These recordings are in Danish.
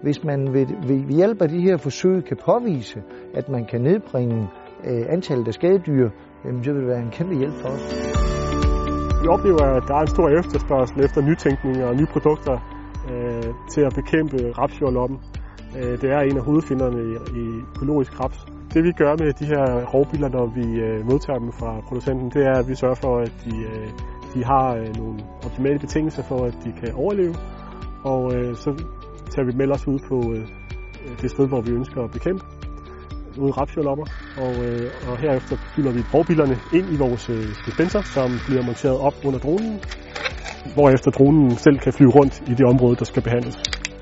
hvis man ved hjælp af de her forsøg kan påvise, at man kan nedbringe antallet af skadedyr, så vil det være en kæmpe hjælp for os. Vi oplever, at der er en stor efterspørgsel efter nytænkning og nye produkter til at bekæmpe rapsjordloppen. Det er en af hovedfinderne i økologisk raps. Det vi gør med de her rovbiler, når vi modtager dem fra producenten, det er, at vi sørger for, at de har nogle optimale betingelser for, at de kan overleve. Og så tager vi med os ud på det sted, hvor vi ønsker at bekæmpe ude rapsjordlopper. Og herefter fylder vi rovbilerne ind i vores dispenser, som bliver monteret op under dronen, hvorefter dronen selv kan flyve rundt i det område, der skal behandles.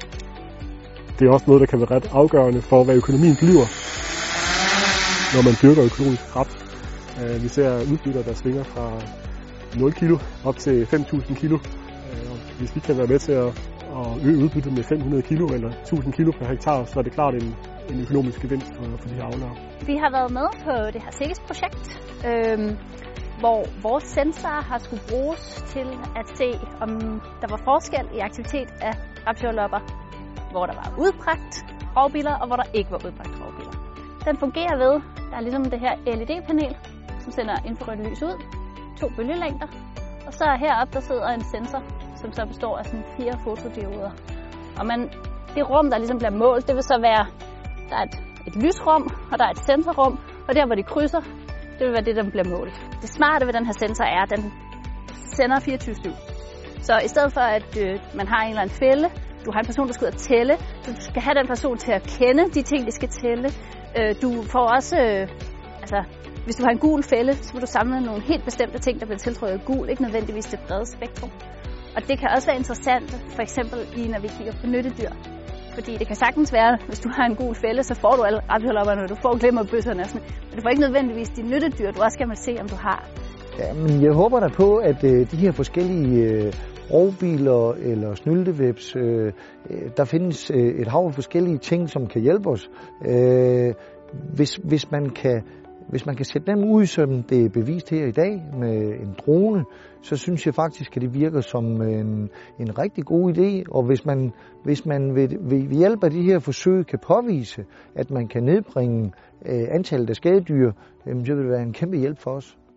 Det er også noget, der kan være ret afgørende for, hvad økonomien bliver, når man dyrker økologisk raps. Vi ser udbytter, der svinger fra 0 kilo op til 5.000 kilo. Hvis vi kan være med til at øge udbyttet med 500 kilo eller 1.000 kilo per hektar, så er det klart en økonomisk gevinst for de her avlere. Vi har været med på det her SIGGES-projekt, hvor vores sensorer har skulle bruges til at se, om der var forskel i aktivitet af rapsjordlopper, hvor der var udbragt rovbiler og hvor der ikke var udbragt rovbiler. Den fungerer ved, der er ligesom det her LED-panel, som sender infrarødt lys ud, 2 bølgelængder, og så heroppe der sidder en sensor, som så består af sådan 4 fotodioder. Og det rum, der ligesom bliver målt, det vil så være, der er et lysrum, og der er et sensorrum, og der hvor de krydser, det vil være det, der bliver målt. Det smarte ved den her sensor er, at den sender 24/7. Så i stedet for, at man har en eller anden fælde, du har en person, der skal ud og tælle, så du skal have den person til at kende de ting, de skal tælle. Du får også, hvis du har en gul fælde, så vil du samle nogle helt bestemte ting, der bliver tiltrukket gul, ikke nødvendigvis det brede spektrum. Og det kan også være interessant, for eksempel når vi kigger på nyttedyr. Fordi det kan sagtens være, hvis du har en gul fælde, så får du alle rapsjordlopperne, og du får glimmerbøsserne og sådan. Men du får ikke nødvendigvis de nyttedyr, du også skal se, om du har. Ja, men jeg håber da på, at de her forskellige rovbiler eller snyltevæbs, der findes et hav af forskellige ting, som kan hjælpe os. Hvis man kan sætte dem ud, som det er bevist her i dag med en drone, så synes jeg faktisk, at det virker som en rigtig god idé. Og hvis man ved hjælp af de her forsøg kan påvise, at man kan nedbringe antallet af skadedyr, så vil det være en kæmpe hjælp for os.